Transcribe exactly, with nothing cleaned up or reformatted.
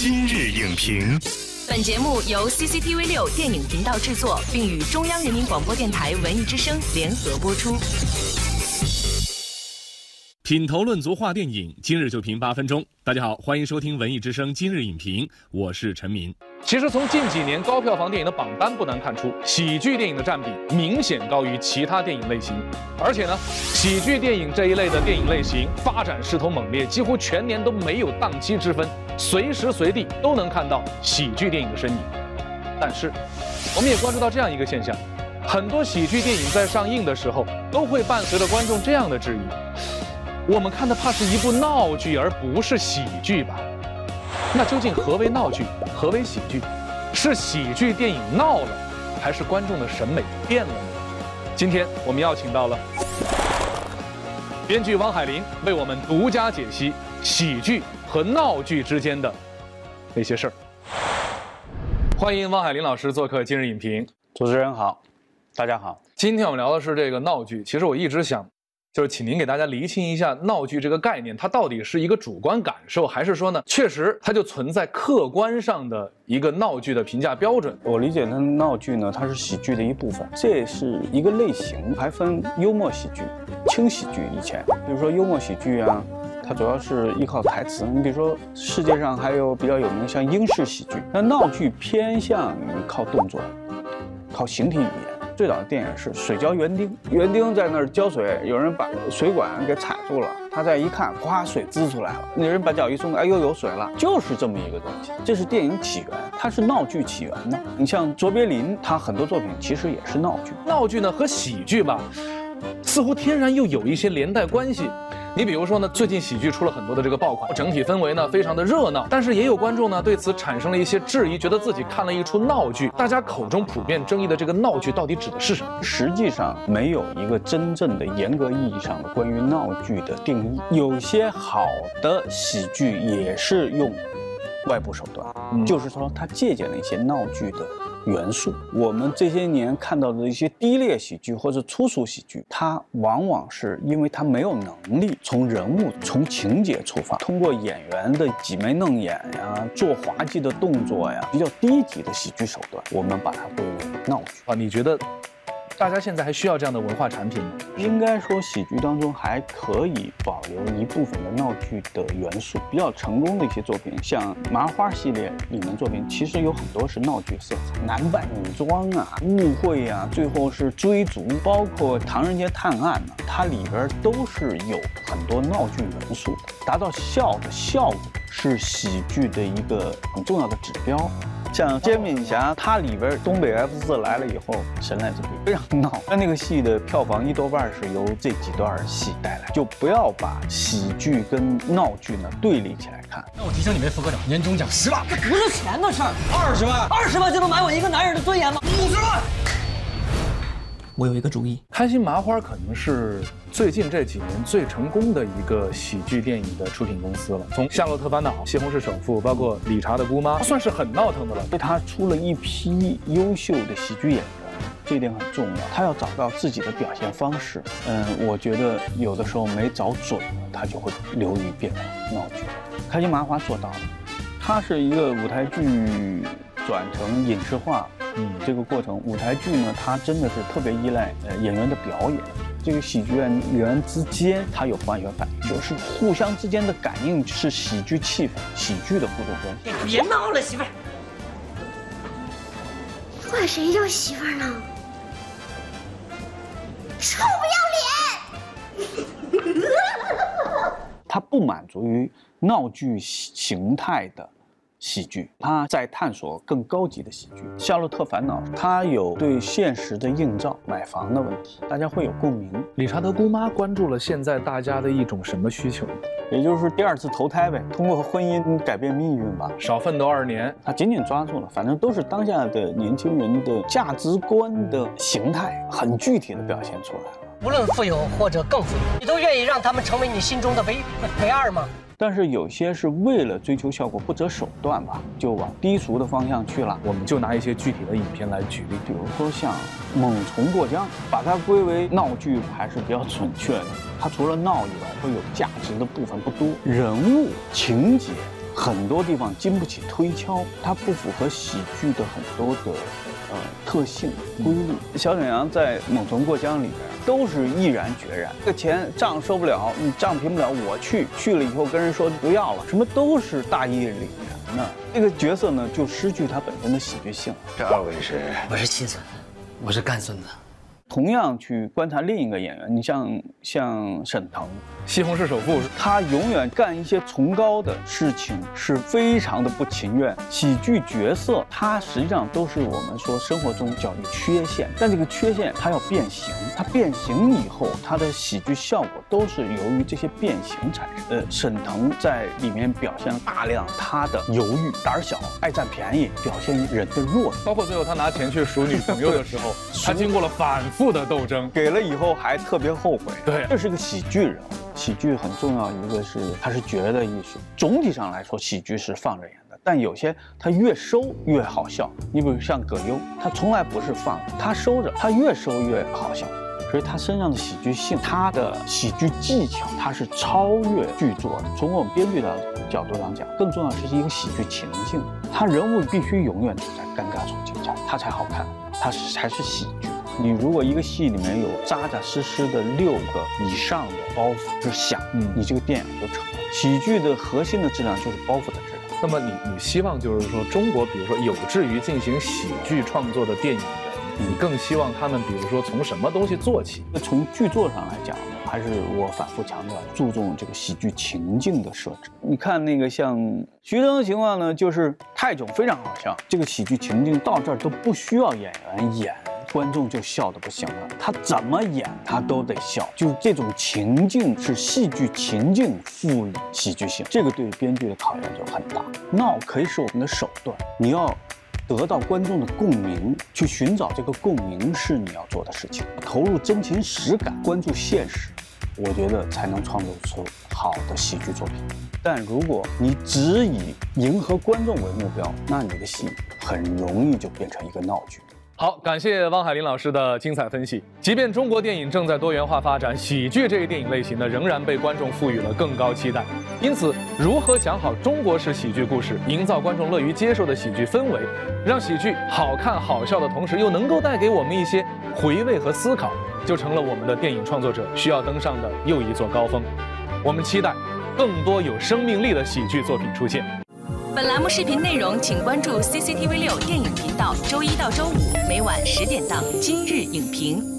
今日影评。 本节目由 C C T V 六电影频道制作，并与中央人民广播电台文艺之声联合播出。 品头论足话电影，今日就评八分钟。大家好，欢迎收听文艺之声今日影评，我是陈民。其实从近几年高票房电影的榜单不难看出，喜剧电影的占比明显高于其他电影类型。而且呢，喜剧电影这一类的电影类型发展势头猛烈，几乎全年都没有档期之分，随时随地都能看到喜剧电影的身影。但是，我们也关注到这样一个现象，很多喜剧电影在上映的时候，都会伴随着观众这样的质疑：我们看的怕是一部闹剧，而不是喜剧吧？那究竟何为闹剧，何为喜剧？是喜剧电影闹了，还是观众的审美变了呢？今天我们邀请到了编剧汪海林，为我们独家解析喜剧和闹剧之间的那些事儿。欢迎汪海林老师做客今日影评。 主持人好，大家好。 今天我们聊的是这个闹剧。其实我一直想，就是请您给大家厘清一下闹剧这个概念，它到底是一个主观感受，还是说呢，确实它就存在客观上的一个闹剧的评价标准？ 我理解的闹剧呢，它是喜剧的一部分，这也是一个类型，还分幽默喜剧、轻喜剧。以前，比如说幽默喜剧啊，它主要是依靠台词。你比如说，世界上还有比较有名的像英式喜剧，那闹剧偏向于靠动作，靠形体语言。最早的电影是水浇园丁，园丁在那儿浇水，有人把水管给踩住了，他再一看，哗，水滋出来了，那人把脚一松，哎呦，有水了，就是这么一个东西。这是电影起源，它是闹剧起源的。你像卓别林，他很多作品其实也是闹剧。 闹剧呢和喜剧吧，似乎天然又有一些连带关系。你比如说呢，最近喜剧出了很多的这个爆款，整体氛围呢非常的热闹，但是也有观众呢对此产生了一些质疑，觉得自己看了一出闹剧。大家口中普遍争议的这个闹剧到底指的是什么？ 实际上没有一个真正的严格意义上的关于闹剧的定义。有些好的喜剧也是用外部手段，嗯、就是说它借鉴了一些闹剧的元素。我们这些年看到的一些低劣喜剧或者粗俗喜剧，它往往是因为它没有能力从人物、从情节出发，通过演员的挤眉弄眼呀、做滑稽的动作呀，比较低级的喜剧手段，我们把它归为闹剧啊。你觉得大家现在还需要这样的文化产品吗？ 应该说，喜剧当中还可以保留一部分的闹剧的元素。比较成功的一些作品，像麻花系列里面作品，其实有很多是闹剧色彩，男扮女装啊、误会啊，最后是追逐，包括《唐人街探案》呢，它里边都是有很多闹剧元素的，达到笑的效果是喜剧的一个很重要的指标。像煎饼侠，它里边东北 F 四来了以后，神来之笔非常闹。那那个戏的票房一多半是由这几段戏带来，就不要把喜剧跟闹剧呢对立起来看。 那我提醒你们副科长，年终奖十万， 这不是钱的事儿。 二十万， 二十万就能买我一个男人的尊严吗？ 五十万。 我有一个主意， 开心麻花可能是最近这几年最成功的一个喜剧电影的出品公司了。从《夏洛特烦恼》《西红柿首富》，包括《理查的姑妈》，算是很闹腾的了。 对，他出了一批优秀的喜剧演员，这一点很重要。他要找到自己的表现方式。嗯，我觉得有的时候没找准了，他就会流于变成闹剧。开心麻花做到了，它是一个舞台剧转成影视化。嗯，这个过程，舞台剧呢，它真的是特别依赖呃演员的表演。这个喜剧演员之间，它有化学反应，就是互相之间的感应是喜剧气氛、喜剧的互动关系。 你别闹了，媳妇儿。 管谁叫媳妇儿呢？臭不要脸！ 它不满足于闹剧形态的喜剧，他在探索更高级的喜剧。《夏洛特烦恼》它有对现实的映照，买房的问题，大家会有共鸣。 理查德姑妈关注了现在大家的一种什么需求？ 也就是第二次投胎呗，通过婚姻改变命运吧， 少奋斗二年。 他紧紧抓住了，反正都是当下的年轻人的价值观的形态，很具体的表现出来了。 无论富有或者更富有，你都愿意让他们成为你心中的唯唯二吗？ 但是有些是为了追求效果不择手段吧，就往低俗的方向去了。 我们就拿一些具体的影片来举例， 比如说像《猛虫过江》，把它归为闹剧还是比较准确的。它除了闹以外，会有价值的部分不多，人物情节很多地方经不起推敲，它不符合喜剧的很多的呃特性规律。小沈阳在《猛虫过江》里边都是毅然决然，这个钱账收不了，你账平不了，我去去了以后跟人说不要了，什么都是大义凛然的。这个角色呢就失去它本身的喜剧性。 这二位是？ 我是亲孙子，我是干孙子。 同样去观察另一个演员，你像像沈腾， 西红柿首富， 他永远干一些崇高的事情，是非常的不情愿。喜剧角色，它实际上都是我们说生活中叫缺陷，但这个缺陷它要变形，它变形以后，它的喜剧效果都是由于这些变形产生。呃，沈腾在里面表现了大量他的犹豫、胆小、爱占便宜，表现人的弱， 包括最后他拿钱去赎女朋友的时候，他经过了反复的斗争， 给了以后还特别后悔。 对， 这是个喜剧人物。喜剧很重要，一个是它是绝的艺术。总体上来说，喜剧是放着演的，但有些它越收越好笑。你比如像葛优，他从来不是放，他收着，他越收越好笑。所以他身上的喜剧性，他的喜剧技巧，他是超越剧作的。从我们编剧的角度上讲，更重要的是一个喜剧情境，他人物必须永远处在尴尬处境下，他才好看，他是才是喜剧。你如果一个戏里面有扎扎实实的六个以上的包袱是响，嗯，你这个电影就成了。喜剧的核心的质量就是包袱的质量。 那么你你希望就是说，中国比如说有志于进行喜剧创作的电影人，你更希望他们比如说从什么东西做起？ 从剧作上来讲呢，还是我反复强调，注重这个喜剧情境的设置。你看那个像徐峥的情况呢，就是泰囧非常好笑，这个喜剧情境到这儿都不需要演员演。观众就笑得不行了，他怎么演他都得笑，就是这种情境是戏剧情境赋予喜剧性，这个对编剧的考验就很大。闹可以是我们的手段，你要得到观众的共鸣，去寻找这个共鸣是你要做的事情，投入真情实感，关注现实，我觉得才能创作出好的喜剧作品。但如果你只以迎合观众为目标，那你的戏很容易就变成一个闹剧。 好，感谢汪海林老师的精彩分析。即便中国电影正在多元化发展，喜剧这一电影类型呢，仍然被观众赋予了更高期待。因此，如何讲好中国式喜剧故事，营造观众乐于接受的喜剧氛围，让喜剧好看好笑的同时，又能够带给我们一些回味和思考，就成了我们的电影创作者需要登上的又一座高峰。我们期待更多有生命力的喜剧作品出现。 本栏目视频内容，请关注 C C T V 六电影频道，周一到周五每晚十点档《今日影评》。